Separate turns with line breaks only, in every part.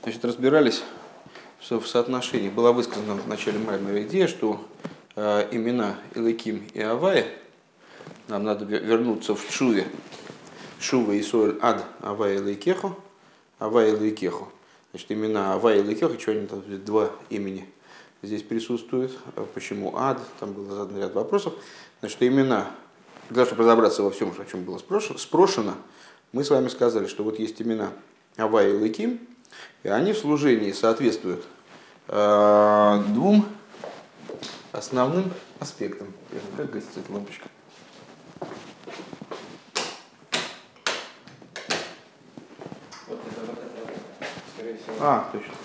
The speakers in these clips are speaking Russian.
Значит, разбирались в соотношении. Была высказана в начале маймера идея, что имена Элоким и Авая, нам надо вернуться в Шуве. Шува и Соль Ад Авая Элокеху, Авая Элокеху. Значит, имена Авая и Элокеху, что они там, два имени здесь присутствуют. Почему Ад? Там было задан ряд вопросов. Значит, имена, для того, чтобы разобраться во всем, о чем было спрошено, мы с вами сказали, что вот есть имена Авая и Элоким, и они в служении соответствуют двум основным аспектам. Как гасится эта лампочка? Точно.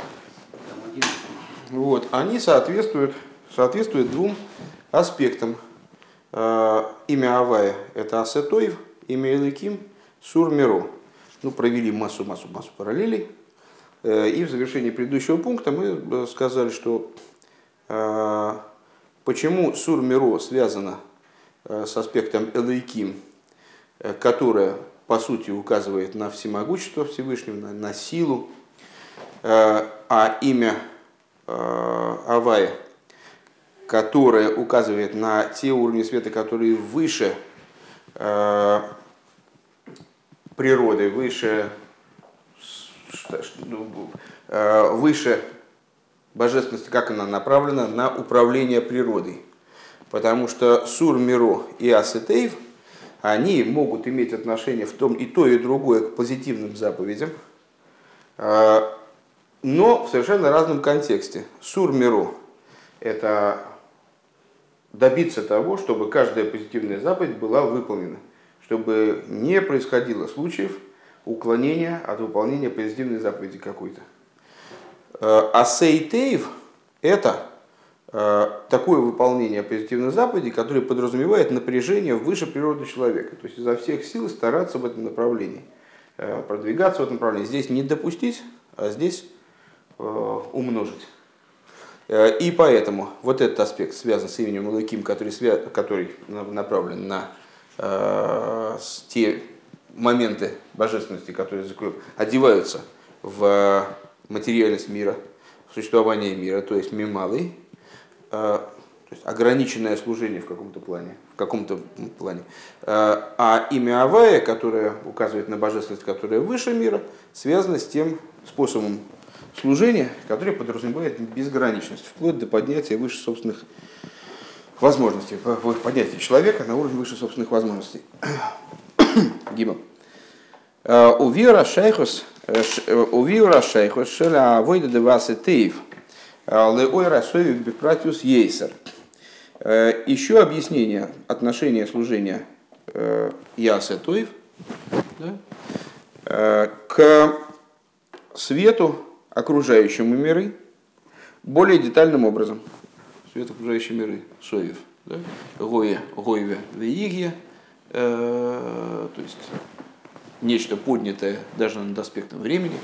Вот, они соответствуют двум аспектам. Имя Авая – это Асетоев, имя Элоким – Сур Миро. Ну, провели массу параллелей. И в завершении предыдущего пункта мы сказали, что почему Сур Миро связано с аспектом Элоким, которое по сути указывает на всемогущество Всевышнего, на силу, а имя Авая, которое указывает на те уровни света, которые выше природы, выше божественности, как она направлена на управление природой. Потому что Сур Миро и Асетеев, они могут иметь отношение в том и то, и другое к позитивным заповедям, но в совершенно разном контексте. Сур Миро – это добиться того, чтобы каждая позитивная заповедь была выполнена, чтобы не происходило случаев уклонения от выполнения позитивной заповеди какой-то. А Сейтеев – это такое выполнение позитивной заповеди, которое подразумевает напряжение выше природы человека. То есть изо всех сил стараться в этом направлении, продвигаться в этом направлении. Здесь не допустить, а здесь умножить. И поэтому вот этот аспект связан с именем Элоким, который направлен на те моменты божественности, которые одеваются в материальность мира, в существование мира, то есть мималый, то есть ограниченное служение в каком-то плане. А имя Авая, которое указывает на божественность, которая выше мира, связано с тем способом служения, который подразумевает безграничность, вплоть до поднятия выше собственных возможностей, поднятия человека на уровень выше собственных возможностей. Гиба. Увира шайхус шеля авойда девасе теев леой расови бепратиус ейсер. Еще объяснение отношения служения ясе тоев к свету окружающему миры более детальным образом. Свет окружающий миры соев. Гоеве веигье, то есть нечто поднятое даже над аспектом времени.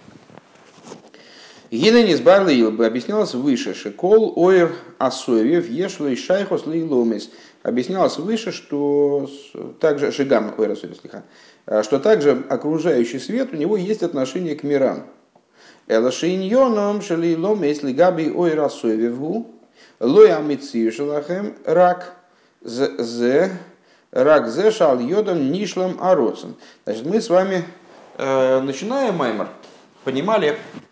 Гиненис Барли объяснялось выше, шекол оир асоевев ешло и шайхос лейломис. Объяснялось выше, что также шигам оир асоевев, что также окружающий свет у него есть отношение к мирам. Элашиньоном шелейломис лигаби оир асоевеву лоя митсию шелахем рак зе шал йодом нишлам ароцен. Значит, мы с вами, начиная маймер, понимали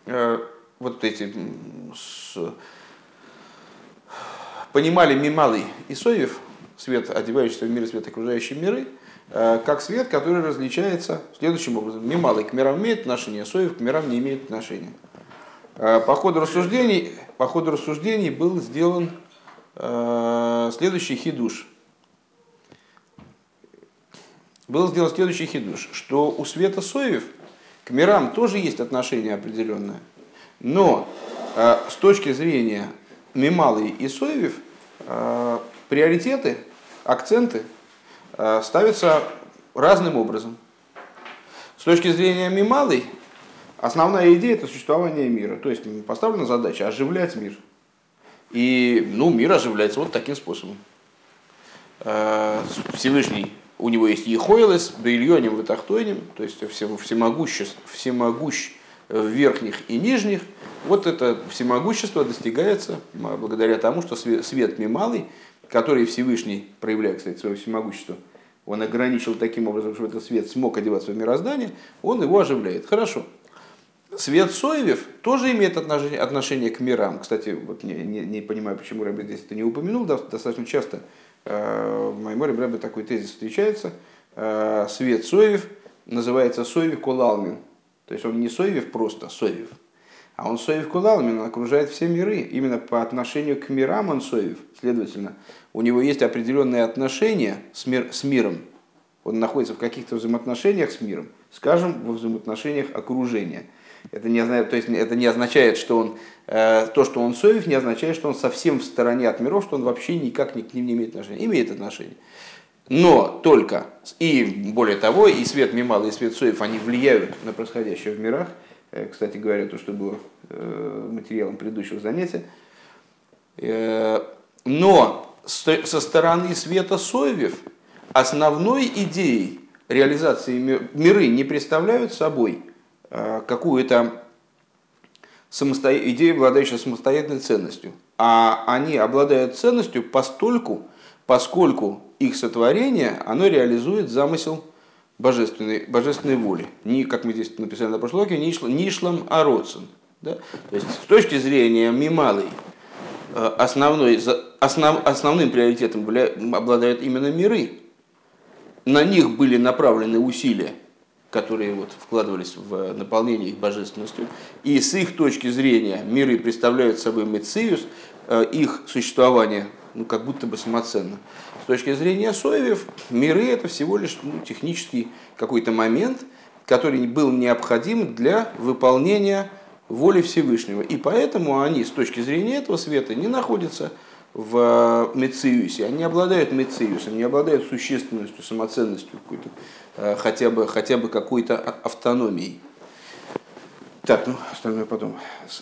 понимали мималый и соев, свет, одевающийся в мир, свет, окружающие миры, как свет, который различается следующим образом. Мималый к мирам имеет отношение, соев к мирам не имеет отношения. По ходу рассуждений был сделан следующий хидуш. Что у света соев к мирам тоже есть отношение определенное, но с точки зрения мималы и соевев приоритеты, акценты ставятся разным образом. С точки зрения мималы основная идея – это существование мира, то есть поставлена задача оживлять мир. И мир оживляется вот таким способом. Всевышний, у него есть ехойлес, бейльоним ватахтойним, то есть всемогущ верхних и нижних. Вот это всемогущество достигается благодаря тому, что свет мималый, который Всевышний проявляет, кстати, свое всемогущество, он ограничил таким образом, что этот свет смог одеваться в мироздание, он его оживляет. Хорошо. Свет Соевев тоже имеет отношение к мирам. Кстати, вот не понимаю, почему Рэбе здесь это не упомянул, достаточно часто в Майморе Рэбе такой тезис встречается. Свет Соевев называется Соевев Колалмин. То есть он не Соевев просто, Соевев, а он Соевев Колалмин, он окружает все миры. Именно по отношению к мирам он Соевев. Следовательно, у него есть определенные отношения с миром. Он находится в каких-то взаимоотношениях с миром, скажем, во взаимоотношениях окружения. Это не означает, что он, то, что он Соевев, не означает, что он совсем в стороне от миров, что он вообще никак к ним не имеет отношения. Имеет отношение. Но только, и более того, и свет Мимала, и свет Соевев, они влияют на происходящее в мирах. Кстати говоря, то, что было материалом предыдущего занятия. Но со стороны света Соевев основной идеей реализации миры не представляют собой какую-то идею, обладающую самостоятельной ценностью. А они обладают ценностью поскольку их сотворение, оно реализует замысел божественной воли. Не, как мы здесь написали на прошлом уроке, нишлам ароцен. Да? То есть с точки зрения Мималой основным приоритетом обладают именно миры. На них были направлены усилия, которые вот вкладывались в наполнение их божественностью. И с их точки зрения миры представляют собой мециус, их существование как будто бы самоценно. С точки зрения Соевев, миры это всего лишь технический какой-то момент, который был необходим для выполнения воли Всевышнего. И поэтому они с точки зрения этого света не находятся в мециусе, они обладают мециусом, они обладают существенностью, самоценностью какой-то, хотя бы какой-то автономией. Так, остальное потом.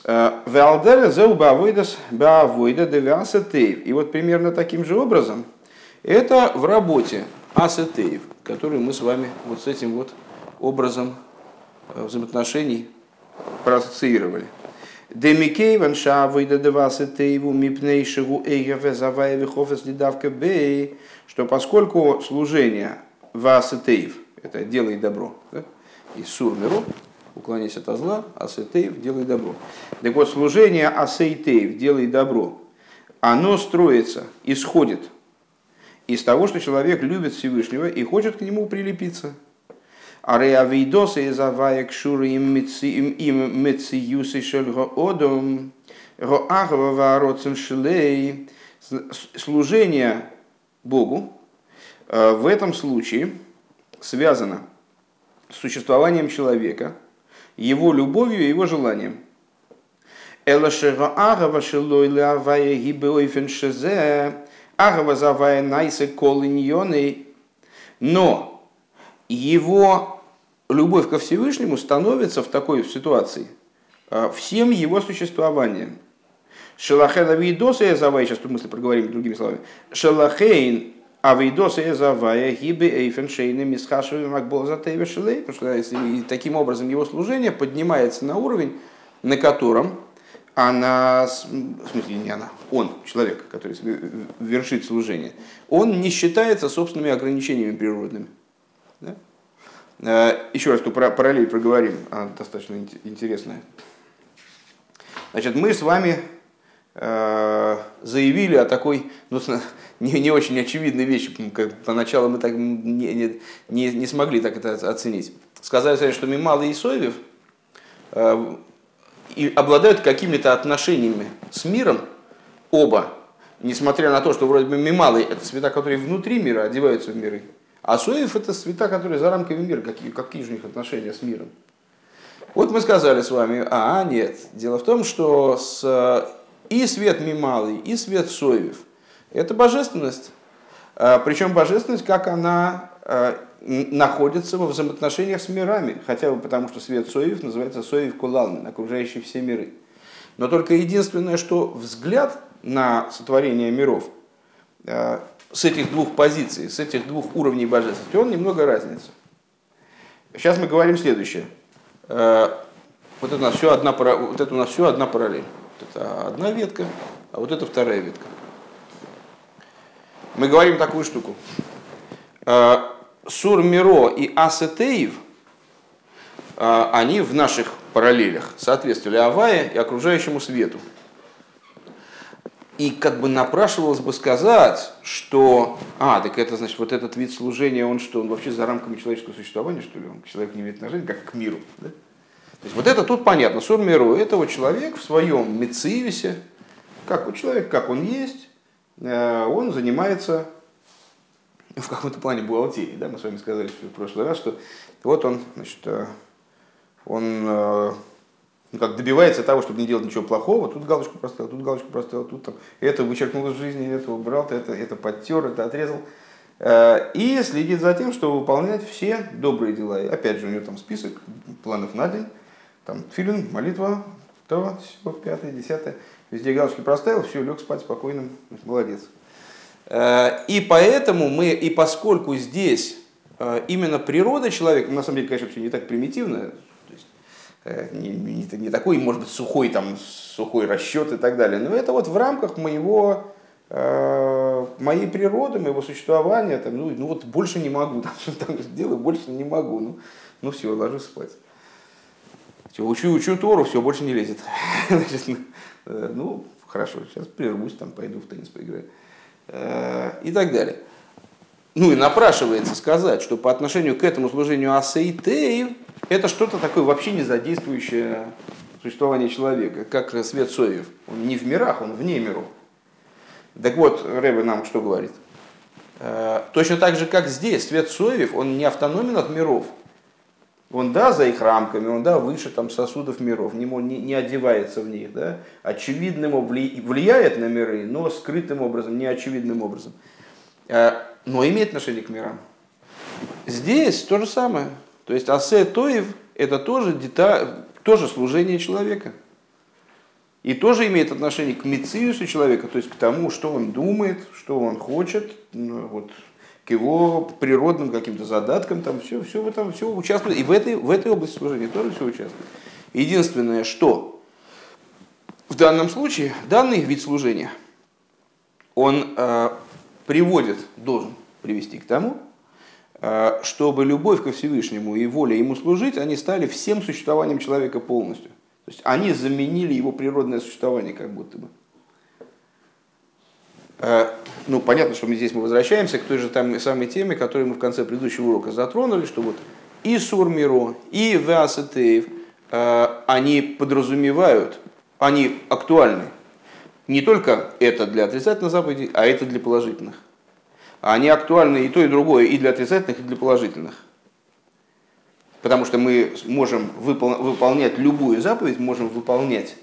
И вот примерно таким же образом это в работе асетеев, который мы с вами вот с этим вот образом взаимоотношений проассоциировали. Демикейван шавыда девасетееву мипнейшеву эйгаве заваеве хофес лидавка бей, что поскольку служение васетеев это делай добро, да? И сурмеру уклоняйся от зла, асетеев делай добро. Так вот, служение асетеев делай добро, оно строится, исходит из того, что человек любит Всевышнего и хочет к нему прилепиться. Служение Богу в этом случае связано с существованием человека, его любовью и его желанием. Но его любовь ко Всевышнему становится в такой ситуации всем его существованием. Шелахейн авидоса язавая, сейчас тут мысли проговорим другими словами. Шелахейн авидоса язавая гибе эйфен шейны мисхашевым макбол затейве шелей. Потому что если таким образом его служение поднимается на уровень, на котором она, в смысле не она, он, человек, который вершит служение, он не считается собственными ограничениями природными. Да? Еще раз ту параллель проговорим, она достаточно интересная. Значит, мы с вами заявили о такой не очень очевидной вещи, как поначалу мы так не смогли так это оценить. Сказали, что Мимала и Соевев и обладают какими-то отношениями с миром оба, несмотря на то, что вроде бы Мималы это света, которые внутри мира одеваются в миры, а Соевев это света, которые за рамками мира. Какие же у них отношения с миром? Вот мы сказали с вами, нет. Дело в том, что и свет Мималы, и свет Соевев это божественность. Причем божественность, как она находится во взаимоотношениях с мирами. Хотя бы потому, что свет Соевев называется Соевев Кулалмин, окружающий все миры. Но только единственное, что взгляд на сотворение миров с этих двух позиций, с этих двух уровней божественности, он немного разнится. Сейчас мы говорим следующее. Вот это у нас все одна, вот это у нас все одна параллель. Вот это одна ветка, а вот это вторая ветка. Мы говорим такую штуку. Сур Миро и Асетеев, они в наших параллелях соответствовали Авае и окружающему свету. И как бы напрашивалось бы сказать, что, так это значит, вот этот вид служения, он что, он вообще за рамками человеческого существования, что ли, он к человеку не имеет отношения, как к миру. Да? То есть вот это тут понятно, Сур Миро, это вот человек в своем мециевисе, как вот человек, как он есть, он занимается в каком-то плане бухгалтерией. Да? Мы с вами сказали в прошлый раз, что вот он, значит, он как добивается того, чтобы не делать ничего плохого, тут галочку поставил, тут там, это вычеркнул из жизни, это убрал, это подтер, это отрезал. И следит за тем, чтобы выполнять все добрые дела. И опять же, у него там список планов на день, там тфилин, молитва, то, все, 5, 10, везде галочки проставил, все, лег спать спокойным, молодец. И поэтому и поскольку здесь именно природа человека, на самом деле, конечно, все не так примитивно, не такой, может быть, сухой расчет и так далее. Но это вот в рамках моей природы, моего существования. Ну вот больше не могу, там делаю, больше не могу. Ну все, ложусь спать. Учу Тору, все, больше не лезет. Значит, ну, хорошо, сейчас прервусь, там пойду в теннис поиграю. И так далее. Ну и напрашивается сказать, что по отношению к этому служению Асейтеев это что-то такое вообще не задействующее существование человека, как свет Соев. Он не в мирах, он вне миров. Так вот, Ребе нам что говорит? Точно так же, как здесь, свет Соев, он не автономен от миров. Он, да, за их рамками, он, да, выше там, сосудов миров, не одевается в них. Да? Очевидным влияет на миры, но скрытым образом, неочевидным образом. Но имеет отношение к мирам. Здесь то же самое. То есть асе тоев это тоже служение человека. И тоже имеет отношение к мециусу человека, то есть к тому, что он думает, что он хочет, вот, к его природным каким-то задаткам, там все в этом все участвует. И в этой области служения тоже все участвует. Единственное, что в данном случае, данный вид служения, он должен привести к тому, чтобы любовь ко Всевышнему и воля ему служить, они стали всем существованием человека полностью. То есть они заменили его природное существование как будто бы. Ну, понятно, что мы возвращаемся к той же самой теме, которую мы в конце предыдущего урока затронули, что вот и Сур Миро, и Веасетеев, они подразумевают, они актуальны. Не только это для отрицательных заповедей, а это для положительных. Они актуальны и то, и другое, и для отрицательных, и для положительных. Потому что мы можем выполнять любую заповедь, можем выполнять,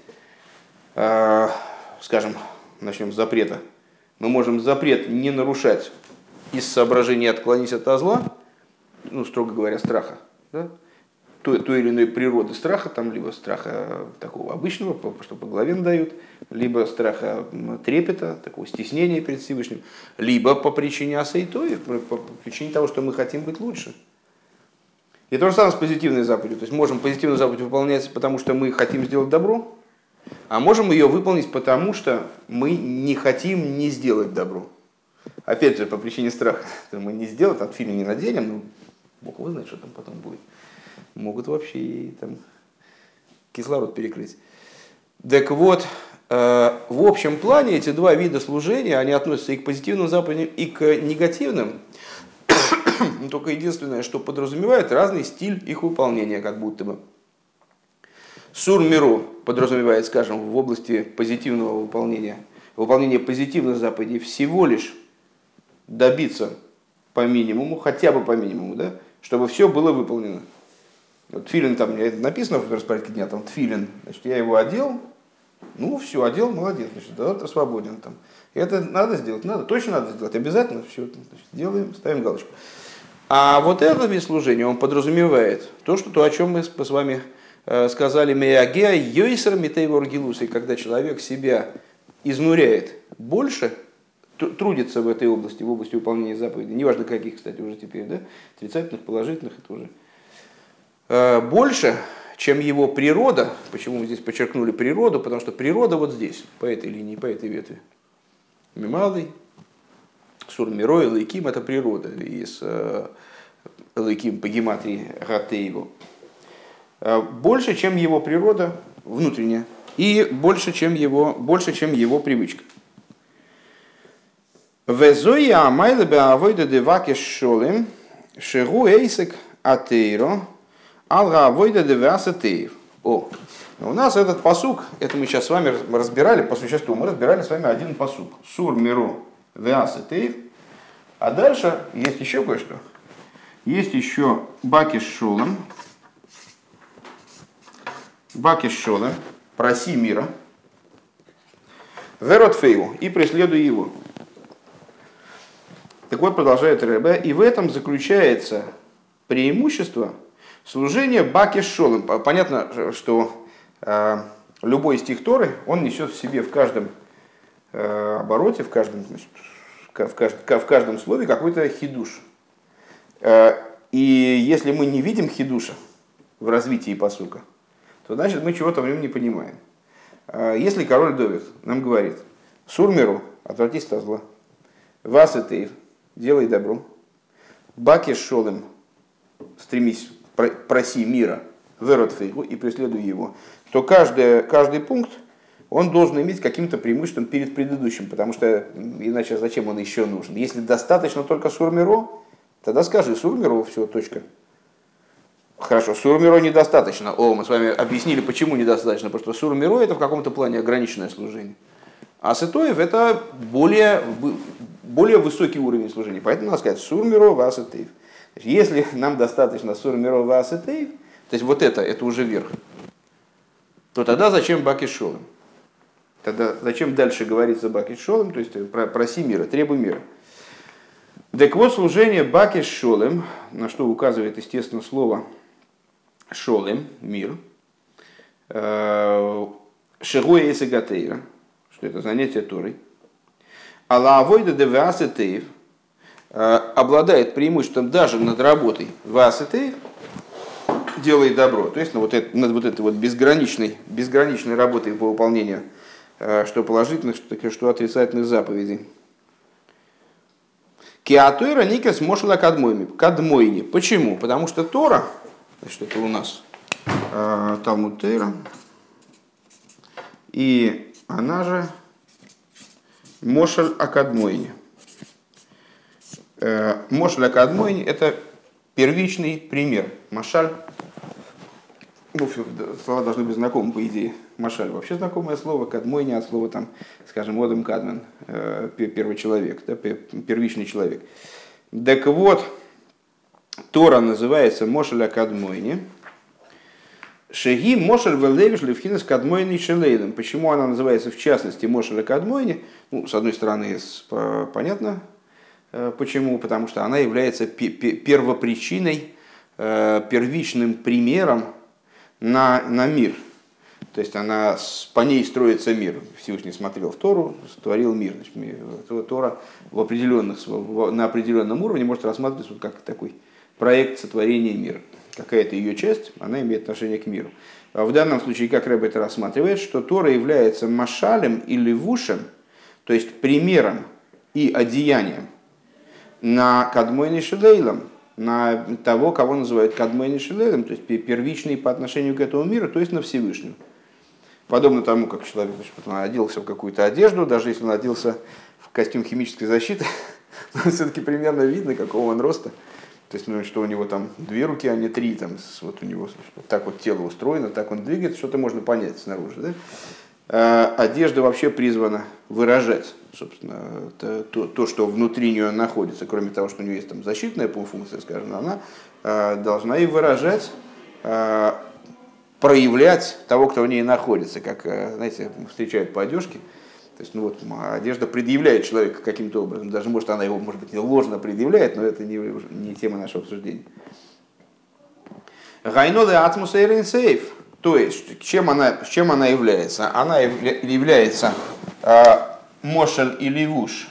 скажем, начнем с запрета. Мы можем запрет не нарушать из соображения отклонись от зла, ну, строго говоря, страха, да? той или иной природы страха, там, либо страха такого обычного, что по голове надают, либо страха трепета, такого стеснения перед Всевышним, либо по причине асейтоев, по причине того, что мы хотим быть лучше. И то же самое с позитивной заповедью. То есть можем позитивную заповедь выполнять, потому что мы хотим сделать добро, а можем ее выполнить, потому что мы не хотим не сделать добро. Опять же, по причине страха. Мы не сделаем, там фильм не наденем, ну, Бог его знает, что там потом будет. Могут вообще и там кислород перекрыть. Так вот, в общем плане эти два вида служения, они относятся и к позитивным заповедям, и к негативным. Только единственное, что подразумевает разный стиль их выполнения, как будто бы. Сур Миру подразумевает, скажем, в области позитивного выполнения позитивных заповедей всего лишь добиться по минимуму, хотя бы по минимуму, да, чтобы все было выполнено. Вот тфилин, там написано в распорядке дня, там тфилин, значит, я его одел, ну все, одел, молодец, значит, завтра свободен. Там. И это надо сделать, точно надо сделать, обязательно, все, значит, делаем, ставим галочку. А вот это вид служения, он подразумевает то, о чем мы с вами сказали, меягеа йойсер митейвор гилус, и когда человек себя изнуряет больше, трудится в этой области, в области выполнения заповедей, неважно каких, кстати, уже теперь, да, отрицательных, положительных, это уже больше, чем его природа. Почему мы здесь подчеркнули природу? Потому что природа вот здесь, по этой линии, по этой ветви. Мималый, Сур Миро, Элейким — это природа. Из Элейким по гематрии Гатееву. Больше, чем его природа внутренняя. И больше, чем его привычка. Везои амайле беавойда деваке шолем шегу эйсек атейро алга авойда девасатеев. О, у нас этот пасук, это мы сейчас с вами разбирали, по существу мы разбирали с вами один пасук. Сур миро веасатеев. А дальше есть еще кое-что. Есть еще бакиш шолем. Бакиш шолем. Проси мира. Веротфейу. И преследуй его. Так вот, продолжает Ребе, и в этом заключается преимущество служения бакиш шолем. Понятно, что любой стих Торы, он несет в себе в каждом обороте, в каждом слове какой-то хидуш. И если мы не видим хидуша в развитии пасука, то значит мы чего-то в нем не понимаем. Если король Довид нам говорит: «Сур миру, отвратись от зла, вас и ты, делай добро, бакиш шолем, стремись, проси мира, верот фейгу и преследуй его», то каждый пункт он должен иметь каким-то преимуществом перед предыдущим, потому что иначе зачем он еще нужен? Если достаточно только сур миро, тогда скажи сур миро, все, точка. Хорошо, сур миро недостаточно. Мы с вами объяснили, почему недостаточно, потому что сур миро это в каком-то плане ограниченное служение. А сетоев это более высокий уровень служения. Поэтому надо сказать сур миро васетеев. Если нам достаточно сур миро васетеев, то есть вот это уже верх, то тогда зачем бакиш шолем? Тогда зачем дальше говорится бакиш шолем, то есть проси мира, требуй мира. Так вот, служение бакиш шолем, на что указывает, естественно, слово шолем, мир, шегуэ эсэгатейра, что это занятие Торой, ала авойда де ваасетеев, обладает преимуществом даже над работой ваасетеев, делает добро, то есть над вот этой вот безграничной работой по выполнению что положительных, что отрицательных заповедей. Киатойра никас мошла кадмойни. Почему? Потому что Тора, значит, это у нас Талмуд Тейра, и она же Мошель Акадмойни. Мошель Акадмойни — это первичный пример. Машаль, слова должны быть знакомы, по идее. Машаль вообще знакомое слово, Кадмойни от слова, там, скажем, Одам Кадмен, первый человек, да, первичный человек. Так вот, Тора называется Мошель Акадмойни. Шеги Мошель Велевиш Левхинес Кадмойни Шелейлем. Почему она называется в частности Мошель Акадмойни? С одной стороны, понятно почему, потому что она является первопричиной, первичным примером на мир. То есть по ней строится мир. Всевышний смотрел в Тору, створил мир. Значит, Тора на определенном уровне может рассматриваться как такой проект сотворения мира. Какая-то ее часть, она имеет отношение к миру. А в данном случае, как Ребе это рассматривает, что Тора является машалем или вушем, то есть примером и одеянием на Кадмойни Шелейлом, на того, кого называют Кадмойни Шелейлом, то есть первичный по отношению к этому миру, то есть на Всевышнего. Подобно тому, как человек оделся в какую-то одежду, даже если он оделся в костюм химической защиты, все-таки примерно видно, какого он роста. То есть, что у него там 2 руки, а не 3, там, вот у него так вот тело устроено, так он двигается, что-то можно понять снаружи. Да? Одежда вообще призвана выражать, собственно, то, что внутри нее находится, кроме того, что у нее есть там защитная функция, скажем, она должна и выражать, проявлять того, кто в ней находится, как, знаете, встречают по одежке. То есть, одежда предъявляет человека каким-то образом. Даже, может, она его, может быть, ложно предъявляет, но это не тема нашего обсуждения. Гайнолы атмус эйринсейф. То есть, чем она является? Она является мошель или вуш.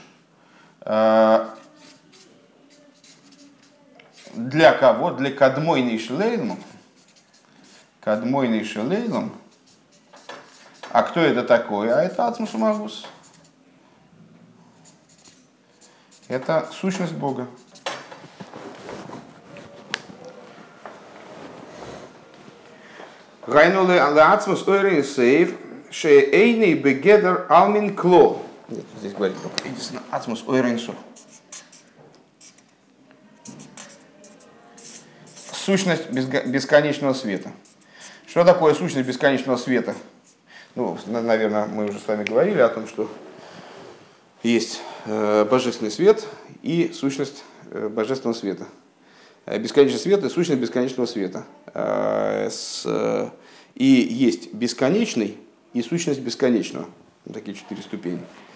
Для кого? Для кадмойни шлейну. Кадмойный шелейлом. А кто это такой? А это Ацмус Умагус. Это сущность Бога. Гайнули Ацмус Ойрин Сейв, Шейный Бегедер Алмин Кло. Нет, здесь говорит единственно Ацмус Ойрин Сейв. Сущность бесконечного света. Что такое сущность бесконечного света? Ну, наверное, мы уже с вами говорили о том, что есть божественный свет и сущность божественного света. Бесконечный свет и сущность бесконечного света. И есть бесконечный и сущность бесконечного. Такие 4 ступени.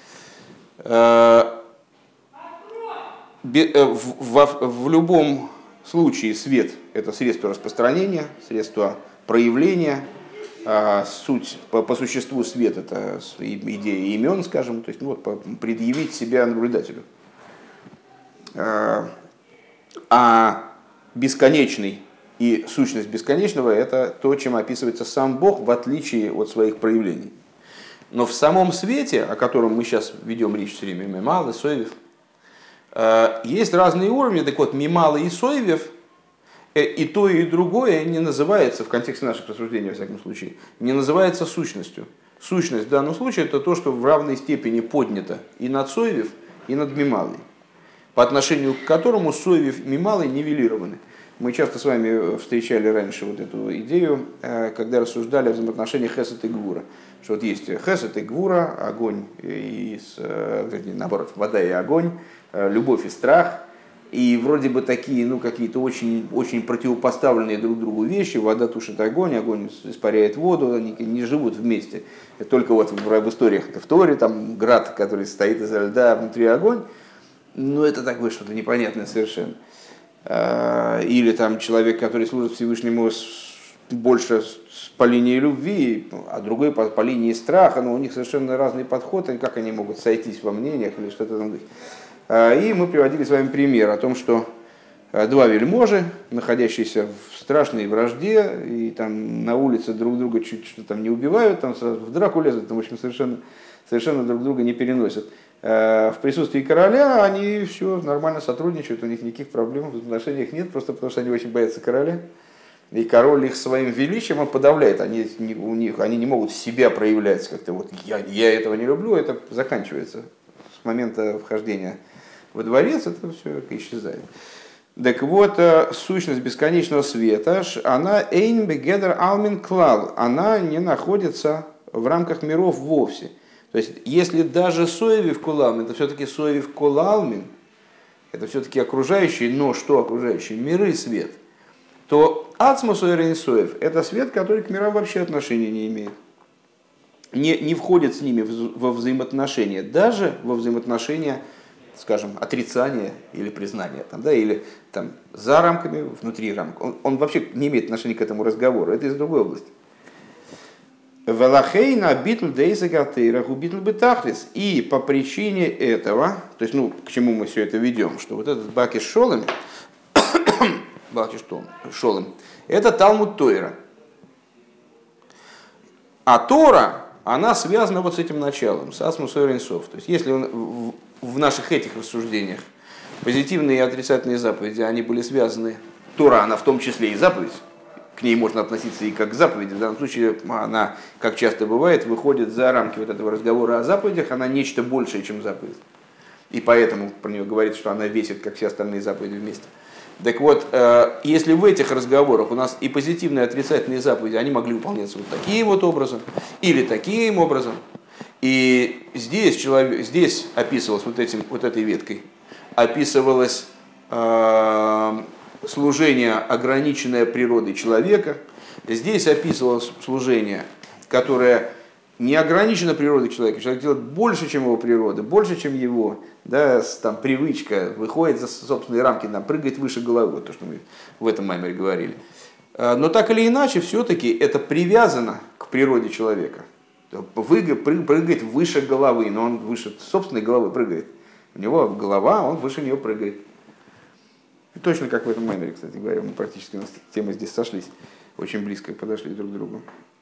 В любом случае свет – это средство распространения, средство проявления. Суть, по существу свет – это идея имен, скажем, то есть ну, вот, предъявить себя наблюдателю. А бесконечный и сущность бесконечного – это то, чем описывается сам Бог, в отличие от своих проявлений. Но в самом свете, о котором мы сейчас ведем речь все время, Мимал и Соевев, есть разные уровни. Так вот, Мимал и Соевев, и то, и другое не называется, в контексте наших рассуждений, во всяком случае, не называется сущностью. Сущность в данном случае – это то, что в равной степени поднято и над Соевев, и над Мималой, по отношению к которому Соевев и Мималой нивелированы. Мы часто с вами встречали раньше вот эту идею, когда рассуждали о взаимоотношениях хесед и гвура. Что вот есть хесед и гвура, огонь и, вернее, наоборот, вода и огонь, любовь и страх. И вроде бы такие, ну, какие-то очень, очень противопоставленные друг другу вещи. Вода тушит огонь, огонь испаряет воду, они не живут вместе. Только вот в историях, в Торе, там град, который стоит из льда, внутри огонь. Ну, это такое что-то непонятное совершенно. Или там человек, который служит Всевышнему больше по линии любви, а другой по линии страха, но у них совершенно разный подход, и как они могут сойтись во мнениях или что-то там. И мы приводили с вами пример о том, что 2 вельможи, находящиеся в страшной вражде, и там на улице друг друга чуть что там не убивают, там сразу в драку лезут, там, в общем, совершенно друг друга не переносят. В присутствии короля они все нормально сотрудничают, у них никаких проблем в отношениях нет, просто потому что они очень боятся короля. И король их своим величием он подавляет, они не могут себя проявлять как-то, вот я этого не люблю, это заканчивается с момента вхождения во дворец, это все исчезает. Так вот, сущность бесконечного света, она эйн бегедер алмин клал, она не находится в рамках миров вовсе. То есть, если даже Соевев Кулалмин, это все-таки Соевев Кулалмин, это все-таки окружающий, но что окружающий? Миры свет. То Ацмус Ойрин Соев – это свет, который к мирам вообще отношения не имеет. Не входит с ними во взаимоотношения, даже во взаимоотношения, скажем, отрицания или признания, там, да, или там, за рамками, внутри рамок. Он вообще не имеет отношения к этому разговору, это из другой области. Велахейна битл дейзагатейра губитл бетахлис. И по причине этого, то есть, ну, к чему мы все это ведем, что вот этот Бакиш Шолем, это Талмуд Тойра. А Тора, она связана вот с этим началом, с Асмус Ойрин Соев. То есть, если в наших этих рассуждениях позитивные и отрицательные заповеди, они были связаны, Тора, она в том числе и заповедь, к ней можно относиться и как к заповеди. В данном случае она, как часто бывает, выходит за рамки вот этого разговора о заповедях, она нечто большее, чем заповедь. И поэтому про нее говорится, что она весит, как все остальные заповеди вместе. Так вот, если в этих разговорах у нас и позитивные, и отрицательные заповеди, они могли выполняться вот таким вот образом, или таким образом, и здесь описывалось вот этой веткой, описывалось служение, ограниченное природой человека. Здесь описывалось служение, которое не ограничено природой человека. Человек делает больше, чем его природа, больше, чем его, да, там, привычка, выходит за собственные рамки, там, прыгает выше головы, то, что мы в этом маймере говорили. Но так или иначе, все-таки это привязано к природе человека. Прыгает выше головы, но он выше собственной головы прыгает. У него голова, он выше нее прыгает. Точно как в этом маймере, кстати говоря, мы практически у нас темы здесь сошлись. очень близко подошли друг к другу,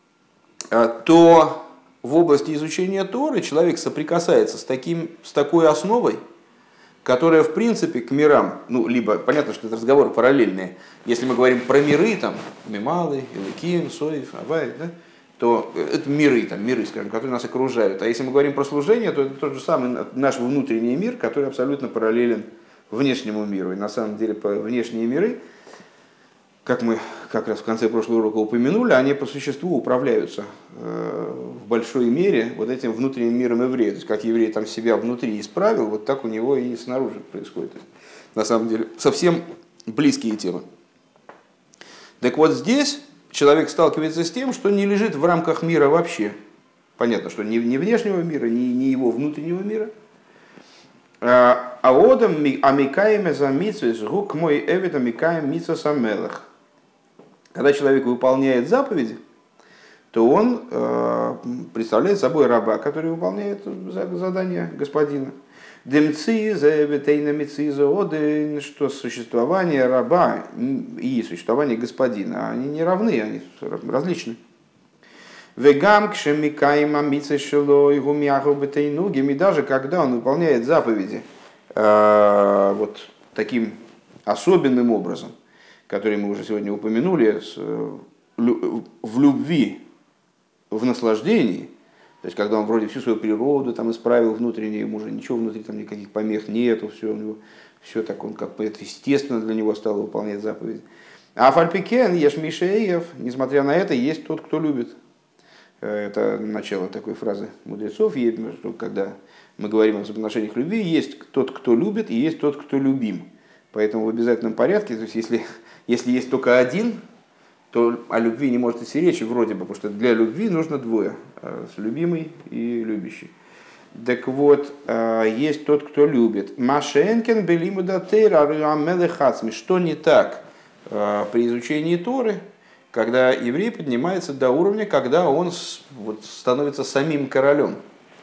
то в области изучения Торы человек соприкасается с такой основой, которая, в принципе, к мирам, ну, либо, понятно, что это разговоры параллельные, если мы говорим про миры, там, Мималы, Илыким, Соев, Авай, да, то это миры, скажем, которые нас окружают. А если мы говорим про служение, то это тот же самый наш внутренний мир, который абсолютно параллелен внешнему миру. И на самом деле внешние миры, как мы как раз в конце прошлого урока упомянули, они по существу управляются в большой мере вот этим внутренним миром еврея. То есть как еврей там себя внутри исправил, вот так у него и снаружи происходит. На самом деле совсем близкие темы. Так вот здесь человек сталкивается с тем, что не лежит в рамках мира вообще. Понятно, что не внешнего мира, не его внутреннего мира. А одам амикаем за митцвес гук мой эвид амикаем митцвес амелах. Когда человек выполняет заповеди, то он представляет собой раба, который выполняет задание господина. Что существование раба и существование господина, они не равны, они различны. И даже когда он выполняет заповеди вот таким особенным образом, который мы уже сегодня упомянули, в любви, в наслаждении, то есть когда он вроде всю свою природу там исправил внутренне, ему уже ничего внутри, там никаких помех нету, все так, он как бы это естественно для него стало выполнять заповеди. А фальпикен еш мишеев, несмотря на это, есть тот, кто любит. Это начало такой фразы мудрецов, что когда мы говорим о взаимоотношениях любви, есть тот, кто любит, и есть тот, кто любим. Поэтому в обязательном порядке, то есть если есть только один, то о любви не может идти речи вроде бы, потому что для любви нужно двое, любимый и любящий. Так вот, есть тот, кто любит. Машенкен белимуда тейра амелехацми. Что не так при изучении Торы, когда еврей поднимается до уровня, когда он становится самим королем.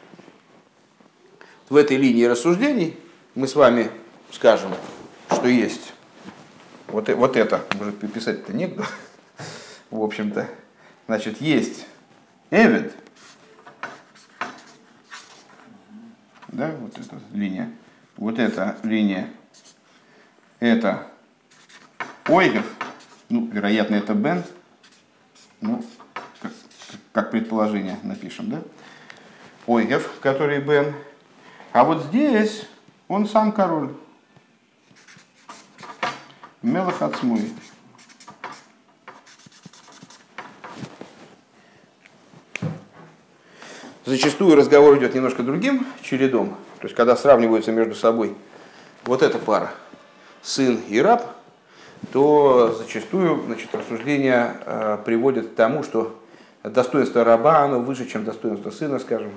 В этой линии рассуждений мы с вами скажем, что есть вот это, может писать-то некуда, в общем-то. Значит, есть Эвид, да, вот эта линия, это Ойгев, ну, вероятно, это Бен, ну, как предположение напишем, да, Ойгев, который Бен, а вот здесь он сам король. Мелах ацмуй. Зачастую разговор идет немножко другим чередом. То есть, когда сравниваются между собой вот эта пара, сын и раб, то зачастую, значит, рассуждения приводят к тому, что достоинство раба, оно выше, чем достоинство сына, скажем.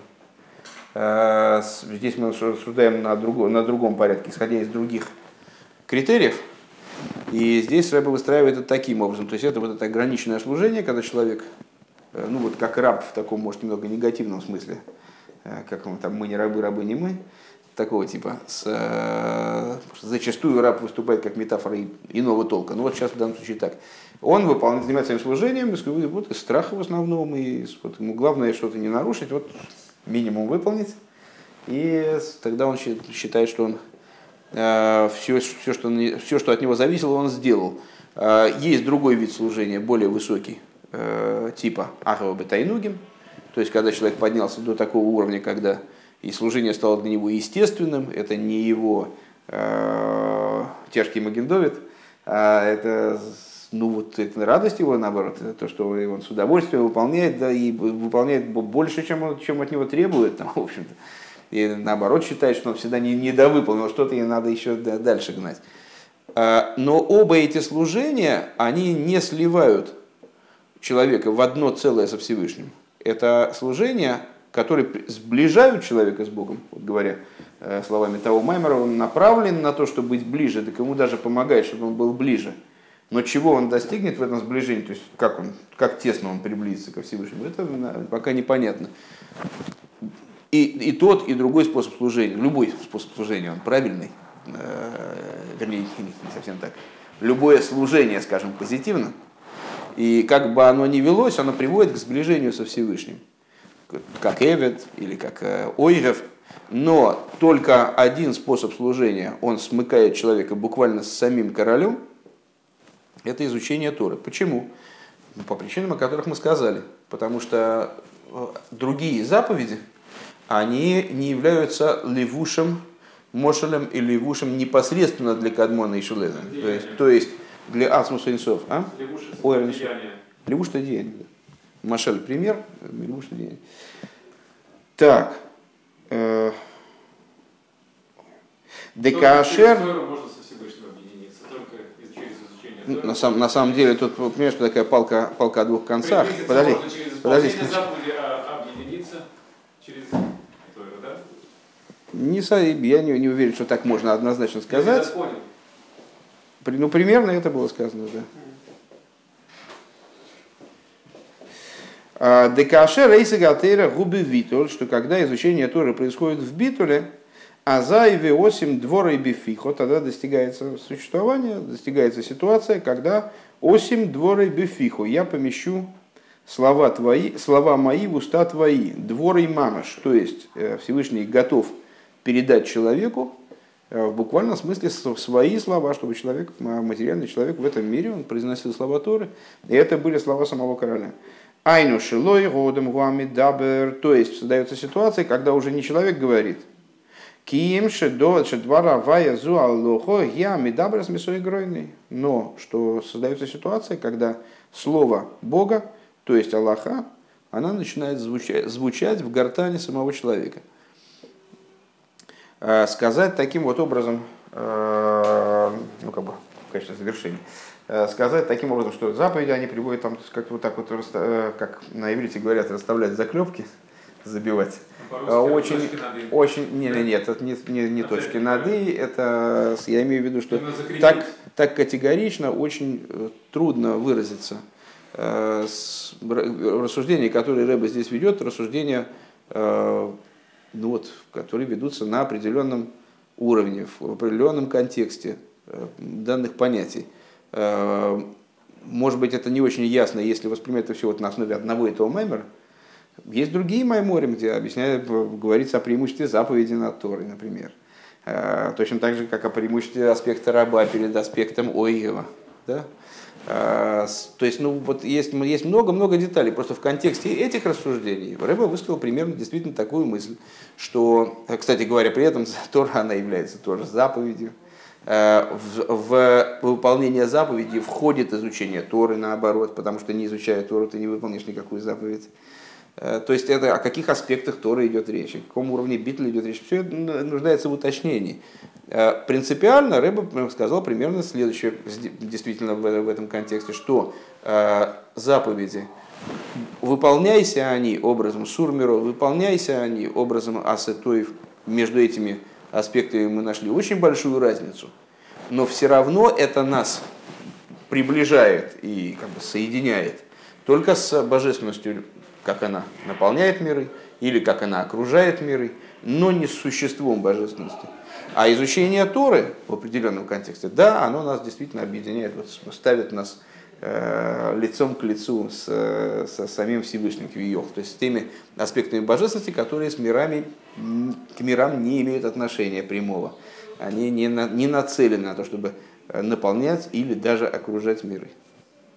Здесь мы рассуждаем на другом порядке, исходя из других критериев. И здесь Рэбе выстраивает это таким образом. То есть это вот это ограниченное служение, когда человек, ну вот как раб в таком, может, немного негативном смысле, как он там, мы не рабы, рабы не мы, такого типа. Зачастую раб выступает как метафора иного толка. Ну вот сейчас в данном случае так. Он занимается своим служением, вот, из страха в основном, и вот, ему главное что-то не нарушить, вот минимум выполнить. И тогда он считает, что он все, что от него зависело, он сделал. Есть другой вид служения, более высокий, типа Ахава Бетайнугим, то есть когда человек поднялся до такого уровня, когда и служение стало для него естественным, это не его тяжкий магендовит, а это, ну, вот, это радость его, наоборот, это то, что он с удовольствием выполняет, да, и выполняет больше, чем от него требует, там, в общем-то. И наоборот считает, что он всегда недовыполнил что-то, и надо еще дальше гнать. Но оба эти служения, они не сливают человека в одно целое со Всевышним. Это служения, которые сближают человека с Богом, вот говоря словами того Маймера, он направлен на то, чтобы быть ближе, так ему даже помогает, чтобы он был ближе. Но чего он достигнет в этом сближении, то есть как тесно он приблизится ко Всевышнему, это пока непонятно. И тот, и другой способ служения, любой способ служения, он правильный, вернее, не совсем так. Любое служение, скажем, позитивно, И как бы оно ни велось, оно приводит к сближению со Всевышним. Как Эвед или как Ойгев. Но только один способ служения, он смыкает человека буквально с самим королем, это изучение Торы. Почему? По причинам, о которых мы сказали. Потому что другие заповеди, они не являются левушем, мошелем и левушем непосредственно для Кадмона и Шелеза. То есть для Ацмуса Инсов. А? Левуш это деяние. Машель пример, левуш это деяние. Так. Декашер. На самом деле тут, понимаешь, что такая палка о двух концах. Подожди. Я не уверен, что так можно однозначно сказать. Ну, примерно это было сказано, да. Декашер рейса галтера губи витуль, что когда изучение Торы происходит в битуле, азайве осим двора и бифихо, тогда достигается существование, достигается ситуация, когда осим двора и бифихо, я помещу слова мои в уста твои, двор и мамаш, то есть Всевышний готов передать человеку в буквальном смысле свои слова, чтобы человек, материальный человек в этом мире, он произносил слова Торы, и это были слова самого короля. Айну шилой годом гуами дабер, то есть создается ситуация, когда уже не человек говорит, кием шедвара вая зу аллохо я мидабер с мисой гройный, но что создается ситуация, когда слово Бога, то есть Аллаха, она начинает звучать в гортани самого человека. Сказать таким вот образом, ну как бы в качестве завершения, сказать таким образом, что заповеди они приводят там, как вот так вот, как на иврите говорят, расставлять заклепки, забивать. Нет, это не точки над «и», это, я имею в виду, что так категорично очень трудно выразиться. Рассуждения, которые Ребе здесь ведет, рассуждения, которые ведутся на определенном уровне, в определенном контексте данных понятий. Может быть, это не очень ясно, если воспринимать это все на основе одного и того маймера. Есть другие майморим, где говорится о преимуществе заповеди над Торой, например. Точно так же, как о преимуществе аспекта раба перед аспектом Ойгева. Да? То есть, есть много-много деталей. Просто в контексте этих рассуждений Ребе высказал примерно действительно такую мысль, что, кстати говоря, при этом Тора, она является тоже заповедью. В выполнение заповеди входит изучение Торы, наоборот, потому что не изучая Тору, ты не выполнишь никакую заповедь. То есть это о каких аспектах Торы идет речь, о каком уровне битвы идет речь, все это нуждается в уточнении. Принципиально Ребе сказал примерно следующее, действительно в этом контексте, что заповеди, выполняйся они образом сурмиро, выполняйся они образом асетоев, между этими аспектами мы нашли очень большую разницу, но все равно это нас приближает и как бы соединяет только с божественностью, как она наполняет миры, или как она окружает миры, но не с существом божественности. А изучение Торы в определенном контексте, да, оно нас действительно объединяет, ставит нас лицом к лицу со самим Всевышним Квиёх, то есть с теми аспектами божественности, которые к мирам не имеют отношения прямого. Они не нацелены на то, чтобы наполнять или даже окружать миры.